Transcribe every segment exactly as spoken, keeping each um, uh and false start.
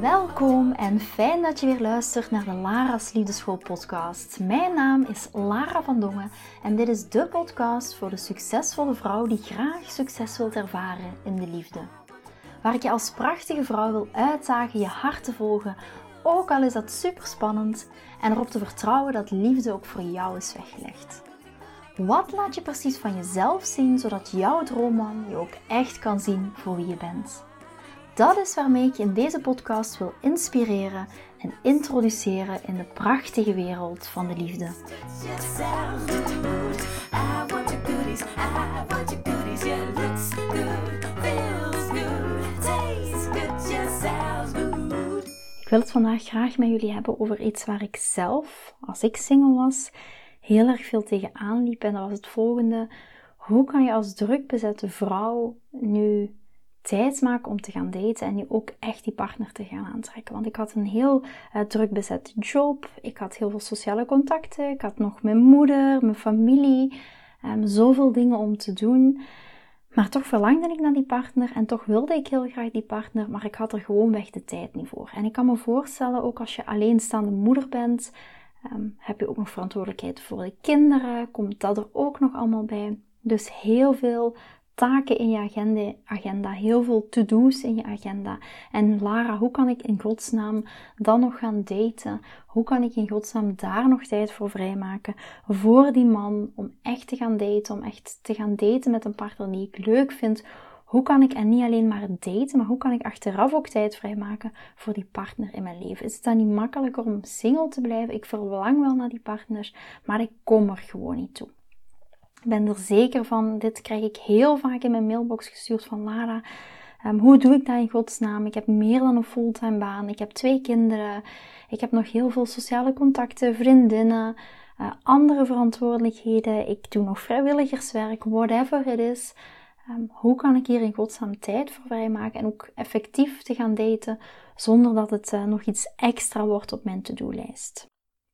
Welkom en fijn dat je weer luistert naar de Lara's Liefdeschool podcast. Mijn naam is Lara van Dongen en dit is de podcast voor de succesvolle vrouw die graag succes wilt ervaren in de liefde. Waar ik je als prachtige vrouw wil uitdagen je hart te volgen, ook al is dat super spannend, en erop te vertrouwen dat liefde ook voor jou is weggelegd. Wat laat je precies van jezelf zien, zodat jouw droomman je ook echt kan zien voor wie je bent? Dat is waarmee ik je in deze podcast wil inspireren en introduceren in de prachtige wereld van de liefde. Ik wil het vandaag graag met jullie hebben over iets waar ik zelf, als ik single was, heel erg veel tegenaan liep. En dat was het volgende: hoe kan je als drukbezette vrouw nu tijd maken om te gaan daten en nu ook echt die partner te gaan aantrekken? Want ik had een heel uh, drukbezette job, ik had heel veel sociale contacten, ik had nog mijn moeder, mijn familie, um, zoveel dingen om te doen. Maar toch verlangde ik naar die partner en toch wilde ik heel graag die partner, maar ik had er gewoonweg de tijd niet voor. En ik kan me voorstellen, ook als je alleenstaande moeder bent, um, heb je ook nog verantwoordelijkheid voor de kinderen, komt dat er ook nog allemaal bij. Dus heel veel taken in je agenda, agenda, heel veel to-do's in je agenda. En Lara, hoe kan ik in godsnaam dan nog gaan daten? Hoe kan ik in godsnaam daar nog tijd voor vrijmaken? Voor die man, om echt te gaan daten, om echt te gaan daten met een partner die ik leuk vind. Hoe kan ik, en niet alleen maar daten, maar hoe kan ik achteraf ook tijd vrijmaken voor die partner in mijn leven? Is het dan niet makkelijker om single te blijven? Ik verlang wel naar die partner, maar ik kom er gewoon niet toe. Ik ben er zeker van, dit krijg ik heel vaak in mijn mailbox gestuurd van Lara. Um, hoe doe ik dat in godsnaam? Ik heb meer dan een fulltime baan. Ik heb twee kinderen. Ik heb nog heel veel sociale contacten, vriendinnen, uh, andere verantwoordelijkheden. Ik doe nog vrijwilligerswerk, whatever het is. Um, hoe kan ik hier in godsnaam tijd voor vrijmaken en ook effectief te gaan daten, zonder dat het uh, nog iets extra wordt op mijn to-do-lijst?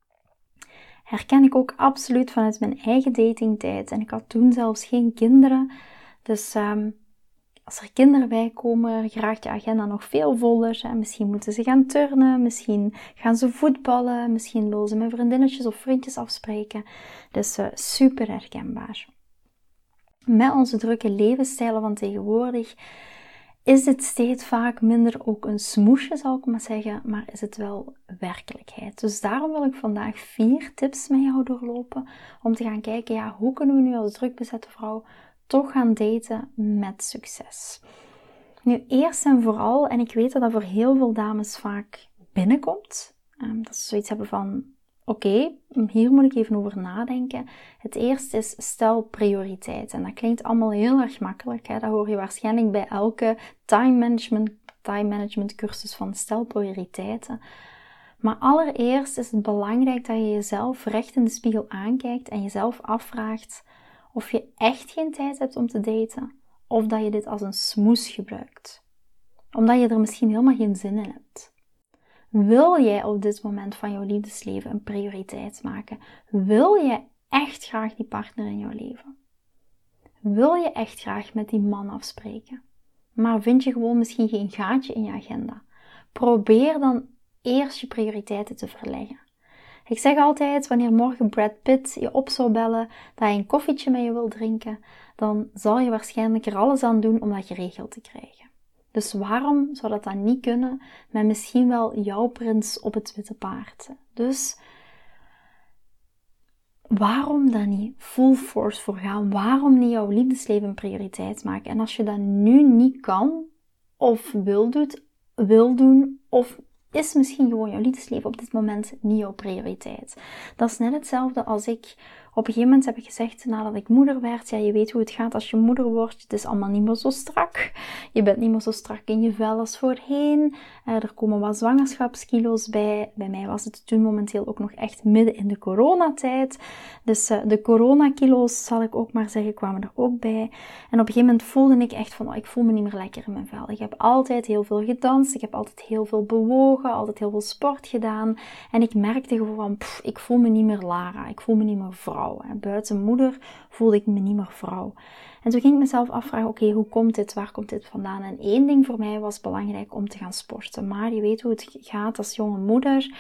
Herken ik ook absoluut vanuit mijn eigen datingtijd. En ik had toen zelfs geen kinderen. Dus um, als er kinderen bij komen, geraakt je agenda nog veel voller. Hè. Misschien moeten ze gaan turnen, misschien gaan ze voetballen, misschien willen ze met vriendinnetjes of vriendjes afspreken. Dus uh, super herkenbaar. Met onze drukke levensstijlen van tegenwoordig is het steeds vaak minder ook een smoesje, zal ik maar zeggen, maar is het wel werkelijkheid. Dus daarom wil ik vandaag vier tips met jou doorlopen om te gaan kijken, ja, hoe kunnen we nu als drukbezette vrouw toch gaan daten met succes? Nu, eerst en vooral, en ik weet dat dat voor heel veel dames vaak binnenkomt, um, dat ze zoiets hebben van, oké, okay, hier moet ik even over nadenken. Het eerste is, stel prioriteit. En dat klinkt allemaal heel erg makkelijk. Hè? Dat hoor je waarschijnlijk bij elke time management, time management cursus van stel prioriteiten. Maar allereerst is het belangrijk dat je jezelf recht in de spiegel aankijkt en jezelf afvraagt of je echt geen tijd hebt om te daten. Of dat je dit als een smoes gebruikt. Omdat je er misschien helemaal geen zin in hebt. Wil jij op dit moment van jouw liefdesleven een prioriteit maken? Wil je echt graag die partner in jouw leven? Wil je echt graag met die man afspreken? Maar vind je gewoon misschien geen gaatje in je agenda? Probeer dan eerst je prioriteiten te verleggen. Ik zeg altijd, wanneer morgen Brad Pitt je op zou bellen dat hij een koffietje met je wil drinken, dan zal je waarschijnlijk er alles aan doen om dat geregeld te krijgen. Dus waarom zou dat dan niet kunnen met misschien wel jouw prins op het witte paard? Dus waarom dan niet full force voor gaan? Waarom niet jouw liefdesleven een prioriteit maken? En als je dat nu niet kan, of wil, doet, wil doen, of is misschien gewoon jouw liefdesleven op dit moment niet jouw prioriteit. Dat is net hetzelfde als ik op een gegeven moment heb ik gezegd, nadat ik moeder werd, ja, je weet hoe het gaat als je moeder wordt. Het is allemaal niet meer zo strak. Je bent niet meer zo strak in je vel als voorheen. Uh, er komen wat zwangerschapskilo's bij. Bij mij was het toen momenteel ook nog echt midden in de coronatijd. Dus uh, de coronakilo's, zal ik ook maar zeggen, kwamen er ook bij. En op een gegeven moment voelde ik echt van, oh, ik voel me niet meer lekker in mijn vel. Ik heb altijd heel veel gedanst. Ik heb altijd heel veel bewogen. Altijd heel veel sport gedaan. En ik merkte gewoon van, pff, ik voel me niet meer Lara. Ik voel me niet meer vrouw. vrouw. Buiten moeder voelde ik me niet meer vrouw. En toen ging ik mezelf afvragen, oké, okay, hoe komt dit? Waar komt dit vandaan? En één ding voor mij was belangrijk om te gaan sporten. Maar je weet hoe het gaat als jonge moeder.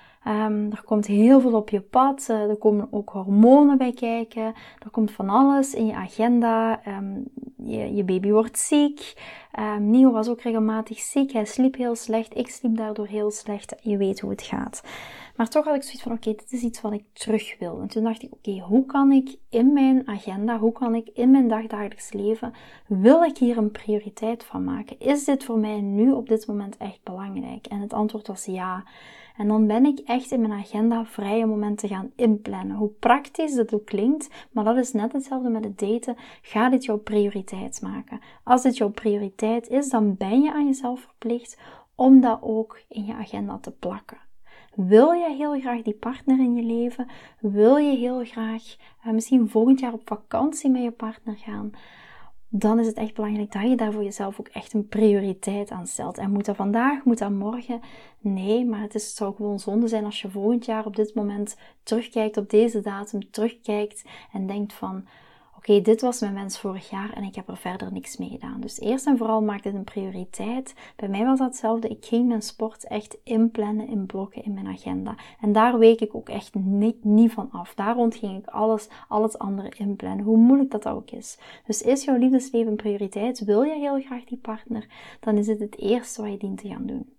Um, er komt heel veel op je pad. Uh, er komen ook hormonen bij kijken. Er komt van alles in je agenda. Um, je, je baby wordt ziek. Um, Nio was ook regelmatig ziek. Hij sliep heel slecht. Ik sliep daardoor heel slecht. Je weet hoe het gaat. Maar toch had ik zoiets van, oké, okay, dit is iets wat ik terug wil. En toen dacht ik, oké, okay, hoe kan ik in mijn agenda, hoe kan ik in mijn dagdagelijks leven, wil ik hier een prioriteit van maken? Is dit voor mij nu op dit moment echt belangrijk? En het antwoord was ja. En dan ben ik echt in mijn agenda vrije momenten gaan inplannen. Hoe praktisch dat ook klinkt, maar dat is net hetzelfde met het daten. Ga dit jouw prioriteit maken. Als dit jouw prioriteit is, dan ben je aan jezelf verplicht om dat ook in je agenda te plakken. Wil je heel graag die partner in je leven? Wil je heel graag uh, misschien volgend jaar op vakantie met je partner gaan? Dan is het echt belangrijk dat je daar voor jezelf ook echt een prioriteit aan stelt. En moet dat vandaag, moet dat morgen? Nee, maar het, is, het zou gewoon zonde zijn als je volgend jaar op dit moment terugkijkt, op deze datum terugkijkt en denkt van, oké, okay, dit was mijn wens vorig jaar en ik heb er verder niks mee gedaan. Dus eerst en vooral maak dit een prioriteit. Bij mij was dat hetzelfde. Ik ging mijn sport echt inplannen in blokken in mijn agenda. En daar week ik ook echt niet, niet van af. Daar rond ging ik alles, al het andere inplannen. Hoe moeilijk dat ook is. Dus is jouw liefdesleven een prioriteit? Wil je heel graag die partner? Dan is het het eerste wat je dient te gaan doen.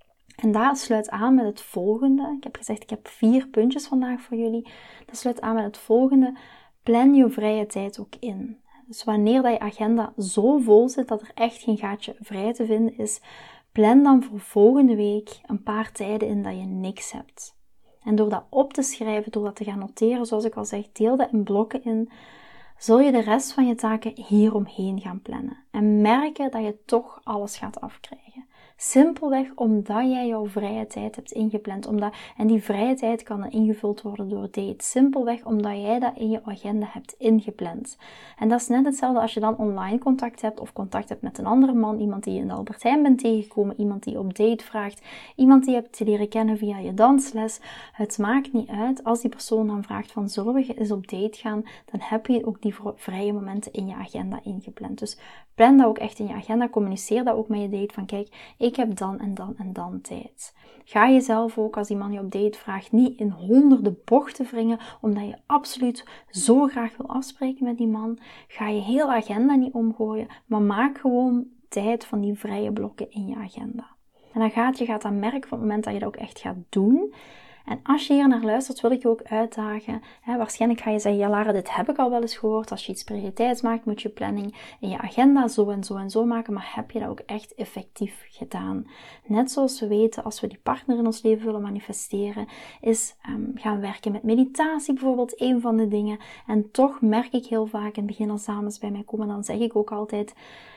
En dat sluit aan met het volgende. Ik heb gezegd, ik heb vier puntjes vandaag voor jullie. Dat sluit aan met het volgende. Plan je vrije tijd ook in. Dus wanneer dat je agenda zo vol zit dat er echt geen gaatje vrij te vinden is, plan dan voor volgende week een paar tijden in dat je niks hebt. En door dat op te schrijven, door dat te gaan noteren, zoals ik al zeg, deel dat in blokken in, zul je de rest van je taken hieromheen gaan plannen. En merken dat je toch alles gaat afkrijgen. Simpelweg omdat jij jouw vrije tijd hebt ingepland. Omdat, en die vrije tijd kan dan ingevuld worden door date. Simpelweg omdat jij dat in je agenda hebt ingepland. En dat is net hetzelfde als je dan online contact hebt of contact hebt met een andere man. Iemand die je in de Albert Heijn bent tegengekomen. Iemand die je op date vraagt. Iemand die je hebt leren kennen via je dansles. Het maakt niet uit. Als die persoon dan vraagt van zullen we eens op date gaan. Dan heb je ook die vrije momenten in je agenda ingepland. Dus plan dat ook echt in je agenda. Communiceer dat ook met je date van kijk, ik heb dan en dan en dan tijd. Ga jezelf ook, als die man je op date vraagt, niet in honderden bochten wringen, omdat je absoluut zo graag wil afspreken met die man. Ga je heel agenda niet omgooien, maar maak gewoon tijd van die vrije blokken in je agenda. En dan gaat je gaat dat merken op het moment dat je dat ook echt gaat doen. En als je hier naar luistert, wil ik je ook uitdagen. Hè, waarschijnlijk ga je zeggen, ja Lara, dit heb ik al wel eens gehoord. Als je iets prioriteits maakt, moet je planning in je agenda zo en zo en zo maken. Maar heb je dat ook echt effectief gedaan? Net zoals we weten, als we die partner in ons leven willen manifesteren, is um, gaan werken met meditatie bijvoorbeeld een van de dingen. En toch merk ik heel vaak, in het begin als dames bij mij komen, dan zeg ik ook altijd,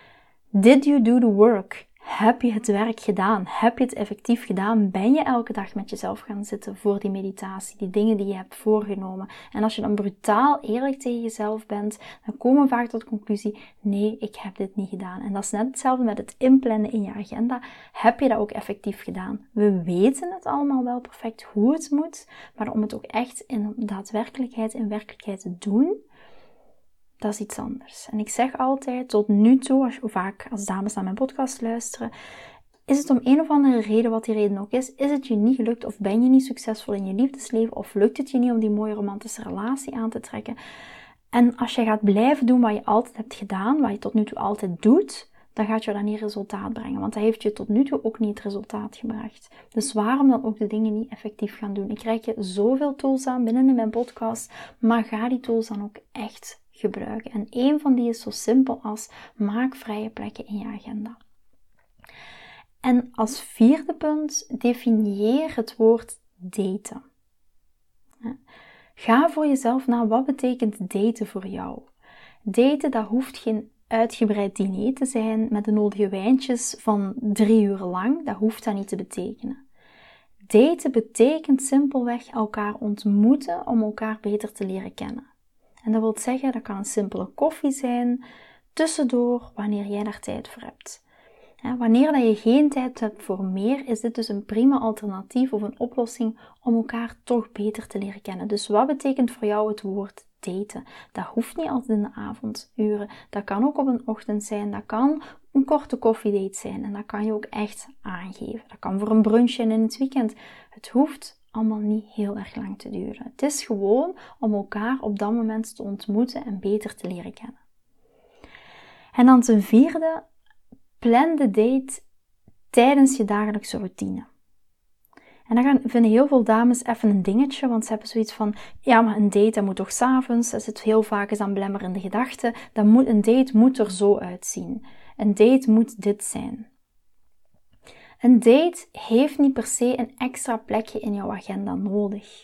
did you do the work? Heb je het werk gedaan? Heb je het effectief gedaan? Ben je elke dag met jezelf gaan zitten voor die meditatie, die dingen die je hebt voorgenomen? En als je dan brutaal eerlijk tegen jezelf bent, dan komen we vaak tot de conclusie, nee, ik heb dit niet gedaan. En dat is net hetzelfde met het inplannen in je agenda. Heb je dat ook effectief gedaan? We weten het allemaal wel perfect hoe het moet, maar om het ook echt in daadwerkelijkheid, in werkelijkheid te doen, dat is iets anders. En ik zeg altijd, tot nu toe, als je vaak als dames naar mijn podcast luisteren, is het om een of andere reden, wat die reden ook is, is het je niet gelukt of ben je niet succesvol in je liefdesleven of lukt het je niet om die mooie romantische relatie aan te trekken. En als je gaat blijven doen wat je altijd hebt gedaan, wat je tot nu toe altijd doet, dan gaat je dat niet resultaat brengen. Want dat heeft je tot nu toe ook niet het resultaat gebracht. Dus waarom dan ook de dingen niet effectief gaan doen? Ik krijg je zoveel tools aan binnen in mijn podcast, maar ga die tools dan ook echt gebruiken. En één van die is zo simpel als maak vrije plekken in je agenda. En als vierde punt, definieer het woord daten. Ga voor jezelf na, wat betekent daten voor jou? Daten, dat hoeft geen uitgebreid diner te zijn met de nodige wijntjes van drie uur lang. Dat hoeft dat niet te betekenen. Daten betekent simpelweg elkaar ontmoeten om elkaar beter te leren kennen. En dat wil zeggen, dat kan een simpele koffie zijn, tussendoor, wanneer jij daar tijd voor hebt. Ja, wanneer dat je geen tijd hebt voor meer, is dit dus een prima alternatief of een oplossing om elkaar toch beter te leren kennen. Dus wat betekent voor jou het woord daten? Dat hoeft niet altijd in de avonduren. Dat kan ook op een ochtend zijn. Dat kan een korte koffiedate zijn. En dat kan je ook echt aangeven. Dat kan voor een brunchje in het weekend. Het hoeft allemaal niet heel erg lang te duren. Het is gewoon om elkaar op dat moment te ontmoeten en beter te leren kennen. En dan ten vierde, plan de date tijdens je dagelijkse routine. En dan gaan, vinden heel veel dames even een dingetje, want ze hebben zoiets van, ja, maar een date, dat moet toch 's avonds? Dat zit heel vaak eens aan belemmerende gedachten. Dat moet, een date moet er zo uitzien. Een date moet dit zijn. Een date heeft niet per se een extra plekje in jouw agenda nodig.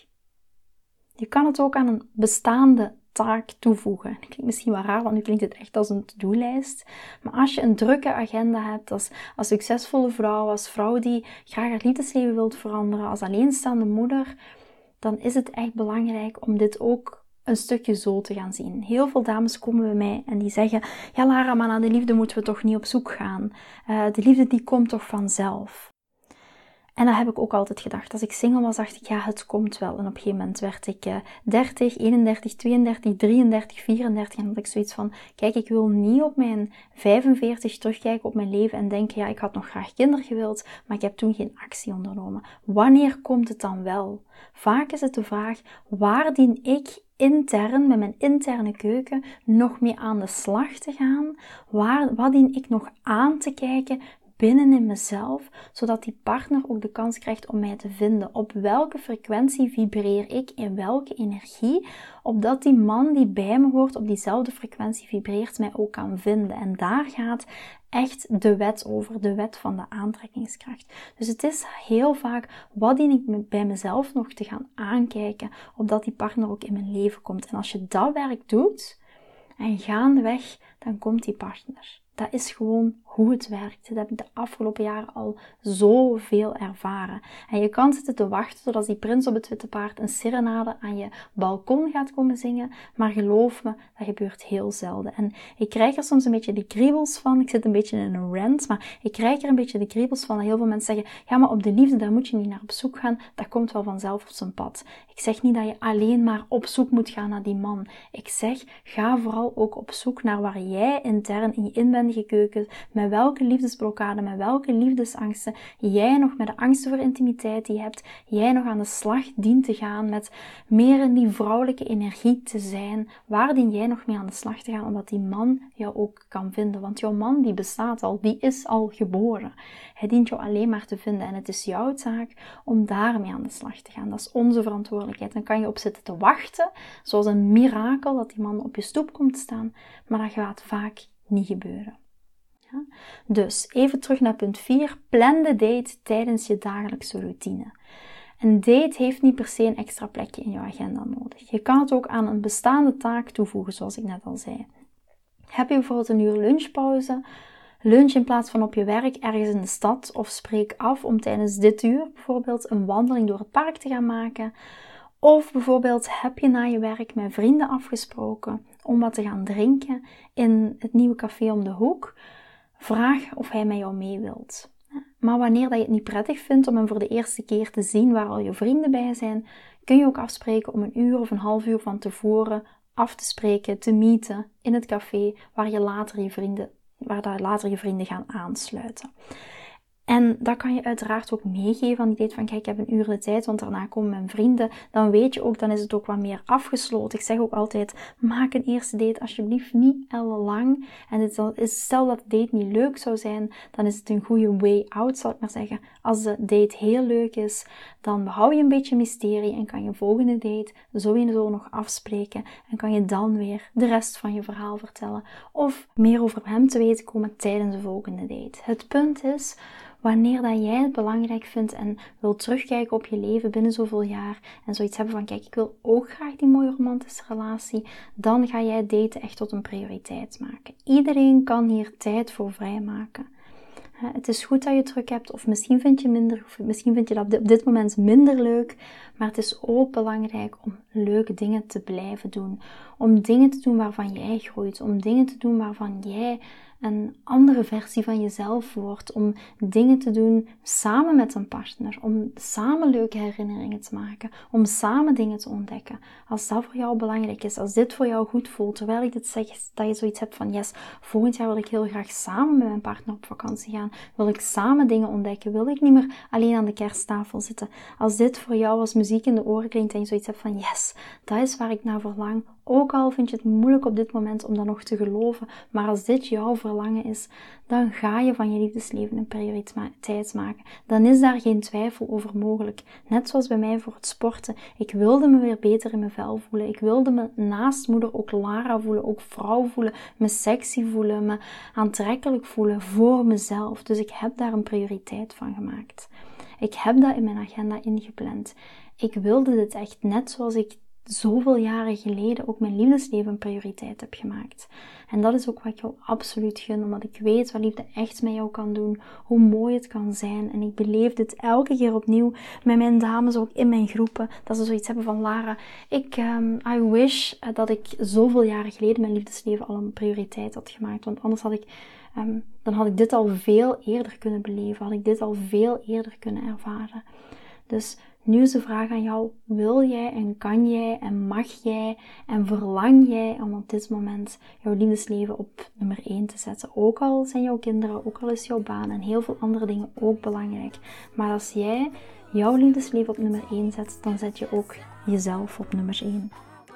Je kan het ook aan een bestaande taak toevoegen. Dat klinkt misschien wel raar, want nu klinkt het echt als een to-do-lijst. Maar als je een drukke agenda hebt, als, als succesvolle vrouw, als vrouw die graag haar liefdesleven wilt veranderen, als alleenstaande moeder, dan is het echt belangrijk om dit ook een stukje zo te gaan zien. Heel veel dames komen bij mij en die zeggen, ja Lara, maar naar de liefde moeten we toch niet op zoek gaan. Uh, de liefde die komt toch vanzelf. En dat heb ik ook altijd gedacht. Als ik single was, dacht ik, ja, het komt wel. En op een gegeven moment werd ik uh, dertig, eenendertig, tweeëndertig, drieëndertig, vierendertig. En had ik zoiets van, kijk, ik wil niet op mijn vijfenveertig terugkijken op mijn leven en denken, ja, ik had nog graag kinderen gewild, maar ik heb toen geen actie ondernomen. Wanneer komt het dan wel? Vaak is het de vraag, waar dien ik intern, met mijn interne keuken, nog mee aan de slag te gaan? Waar, wat dien ik nog aan te kijken binnen in mezelf, zodat die partner ook de kans krijgt om mij te vinden? Op welke frequentie vibreer ik, in welke energie, opdat die man die bij me hoort op diezelfde frequentie vibreert, mij ook kan vinden. En daar gaat echt de wet over, de wet van de aantrekkingskracht. Dus het is heel vaak, wat dien ik bij mezelf nog te gaan aankijken, opdat die partner ook in mijn leven komt. En als je dat werk doet, en gaandeweg, dan komt die partner. Dat is gewoon hoe het werkt. Dat heb ik de afgelopen jaren al zoveel ervaren. En je kan zitten te wachten tot als die prins op het witte paard een serenade aan je balkon gaat komen zingen. Maar geloof me, dat gebeurt heel zelden. En ik krijg er soms een beetje de kriebels van. Ik zit een beetje in een rant, maar ik krijg er een beetje de kriebels van. Dat heel veel mensen zeggen, ja, maar op de liefde, daar moet je niet naar op zoek gaan. Dat komt wel vanzelf op zijn pad. Ik zeg niet dat je alleen maar op zoek moet gaan naar die man. Ik zeg, ga vooral ook op zoek naar waar jij intern in je inwendige keuken, met welke liefdesblokkade, met welke liefdesangsten jij nog, met de angsten voor intimiteit die je hebt, jij nog aan de slag dient te gaan, met meer in die vrouwelijke energie te zijn. Waar dien jij nog mee aan de slag te gaan, omdat die man jou ook kan vinden? Want jouw man die bestaat al, die is al geboren. Hij dient jou alleen maar te vinden en het is jouw taak om daarmee aan de slag te gaan. Dat is onze verantwoordelijkheid. Dan kan je op zitten te wachten, zoals een mirakel dat die man op je stoep komt staan, maar dat gaat vaak niet gebeuren. Ja? Dus even terug naar punt vier. Plan de date tijdens je dagelijkse routine. Een date heeft niet per se een extra plekje in jouw agenda nodig. Je kan het ook aan een bestaande taak toevoegen, zoals ik net al zei. Heb je bijvoorbeeld een uur lunchpauze? Lunch in plaats van op je werk ergens in de stad, of spreek af om tijdens dit uur bijvoorbeeld een wandeling door het park te gaan maken. Of bijvoorbeeld heb je na je werk met vrienden afgesproken om wat te gaan drinken in het nieuwe café om de hoek. Vraag of hij met jou mee wilt. Maar wanneer dat je het niet prettig vindt om hem voor de eerste keer te zien waar al je vrienden bij zijn, kun je ook afspreken om een uur of een half uur van tevoren af te spreken, te meeten in het café waar je later je vrienden, waar daar later je vrienden gaan aansluiten. En dat kan je uiteraard ook meegeven aan die date van, kijk, ik heb een uur de tijd, want daarna komen mijn vrienden. Dan weet je ook, dan is het ook wat meer afgesloten. Ik zeg ook altijd, maak een eerste date alsjeblieft niet ellenlang. En het is, stel dat de date niet leuk zou zijn, dan is het een goede way out, zal ik maar zeggen. Als de date heel leuk is, dan behoud je een beetje mysterie en kan je volgende date sowieso nog afspreken. En kan je dan weer de rest van je verhaal vertellen. Of meer over hem te weten komen tijdens de volgende date. Het punt is, wanneer dat jij het belangrijk vindt en wilt terugkijken op je leven binnen zoveel jaar en zoiets hebben van, kijk, ik wil ook graag die mooie romantische relatie, dan ga jij daten echt tot een prioriteit maken. Iedereen kan hier tijd voor vrijmaken. Het is goed dat je druk hebt, of misschien vind je minder, of misschien vind je dat op dit moment minder leuk, maar het is ook belangrijk om leuke dingen te blijven doen. om dingen te doen waarvan jij groeit, om dingen te doen waarvan jij een andere versie van jezelf wordt, om dingen te doen samen met een partner, om samen leuke herinneringen te maken, om samen dingen te ontdekken. Als dat voor jou belangrijk is, als dit voor jou goed voelt, terwijl ik dit zeg, dat je zoiets hebt van yes, volgend jaar wil ik heel graag samen met mijn partner op vakantie gaan, wil ik samen dingen ontdekken, wil ik niet meer alleen aan de kersttafel zitten. Als dit voor jou als muziek in de oren klinkt en je zoiets hebt van yes, dat is waar ik naar verlang, ook al vind je het moeilijk op dit moment om dat nog te geloven, maar als dit jouw verlangen is, dan ga je van je liefdesleven een prioriteit maken. Dan is daar geen twijfel over mogelijk. Net zoals bij mij voor het sporten. Ik wilde me weer beter in mijn vel voelen. Ik wilde me naast moeder ook Lara voelen, ook vrouw voelen, me sexy voelen, me aantrekkelijk voelen voor mezelf. Dus ik heb daar een prioriteit van gemaakt. Ik heb dat in mijn agenda ingepland. Ik wilde dit echt, net zoals ik zoveel jaren geleden ook mijn liefdesleven een prioriteit heb gemaakt. En dat is ook wat ik jou absoluut gun, omdat ik weet wat liefde echt met jou kan doen, hoe mooi het kan zijn. En ik beleef dit elke keer opnieuw met mijn dames, ook in mijn groepen, dat ze zoiets hebben van Lara, ik, um, I wish dat ik zoveel jaren geleden mijn liefdesleven al een prioriteit had gemaakt, want anders had ik, um, dan had ik dit al veel eerder kunnen beleven, had ik dit al veel eerder kunnen ervaren. Dus nu is de vraag aan jou, wil jij en kan jij en mag jij en verlang jij om op dit moment jouw liefdesleven op nummer één te zetten? Ook al zijn jouw kinderen, ook al is jouw baan en heel veel andere dingen ook belangrijk. Maar als jij jouw liefdesleven op nummer één zet, dan zet je ook jezelf op nummer één.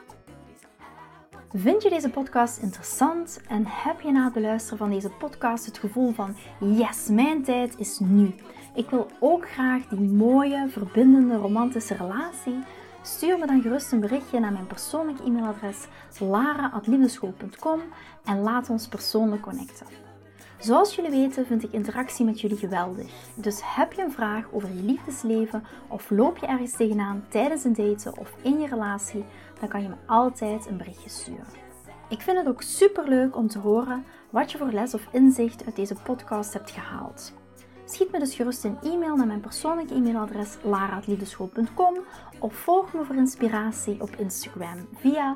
Vind je deze podcast interessant en heb je na het beluisteren van deze podcast het gevoel van yes, mijn tijd is nu. Ik wil ook graag die mooie, verbindende, romantische relatie. Stuur me dan gerust een berichtje naar mijn persoonlijk e-mailadres lara at liefdeschool punt com en laat ons persoonlijk connecten. Zoals jullie weten vind ik interactie met jullie geweldig. Dus heb je een vraag over je liefdesleven of loop je ergens tegenaan tijdens een daten of in je relatie, dan kan je me altijd een berichtje sturen. Ik vind het ook super leuk om te horen wat je voor les of inzicht uit deze podcast hebt gehaald. Schiet me dus gerust een e-mail naar mijn persoonlijke e-mailadres lara at liefdeschool punt com of volg me voor inspiratie op Instagram via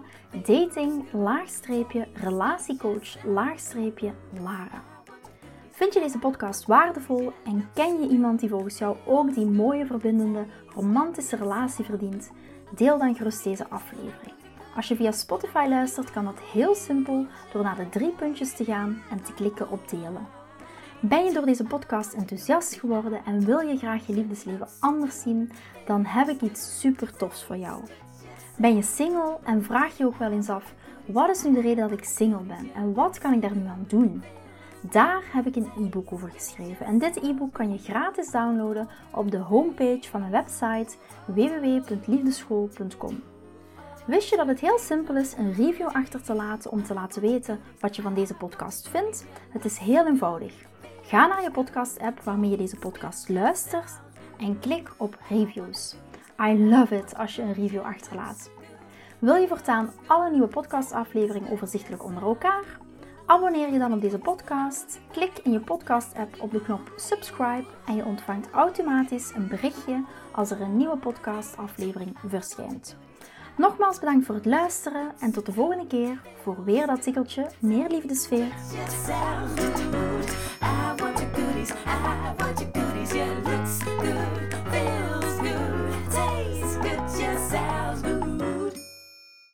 dating-relatiecoach-lara. Vind je deze podcast waardevol en ken je iemand die volgens jou ook die mooie, verbindende, romantische relatie verdient? Deel dan gerust deze aflevering. Als je via Spotify luistert, kan dat heel simpel door naar de drie puntjes te gaan en te klikken op delen. Ben je door deze podcast enthousiast geworden en wil je graag je liefdesleven anders zien, dan heb ik iets super tofs voor jou. Ben je single en vraag je ook wel eens af, wat is nu de reden dat ik single ben en wat kan ik daar nu aan doen? Daar heb ik een e-book over geschreven en dit e-book kan je gratis downloaden op de homepage van mijn website w w w punt liefdeschool punt com. Wist je dat het heel simpel is een review achter te laten om te laten weten wat je van deze podcast vindt? Het is heel eenvoudig. Ga naar je podcast-app waarmee je deze podcast luistert en klik op reviews. I love it als je een review achterlaat. Wil je voortaan alle nieuwe podcastafleveringen overzichtelijk onder elkaar? Abonneer je dan op deze podcast, klik in je podcast-app op de knop subscribe en je ontvangt automatisch een berichtje als er een nieuwe podcastaflevering verschijnt. Nogmaals bedankt voor het luisteren en tot de volgende keer voor weer dat tikkeltje meer liefdesfeer.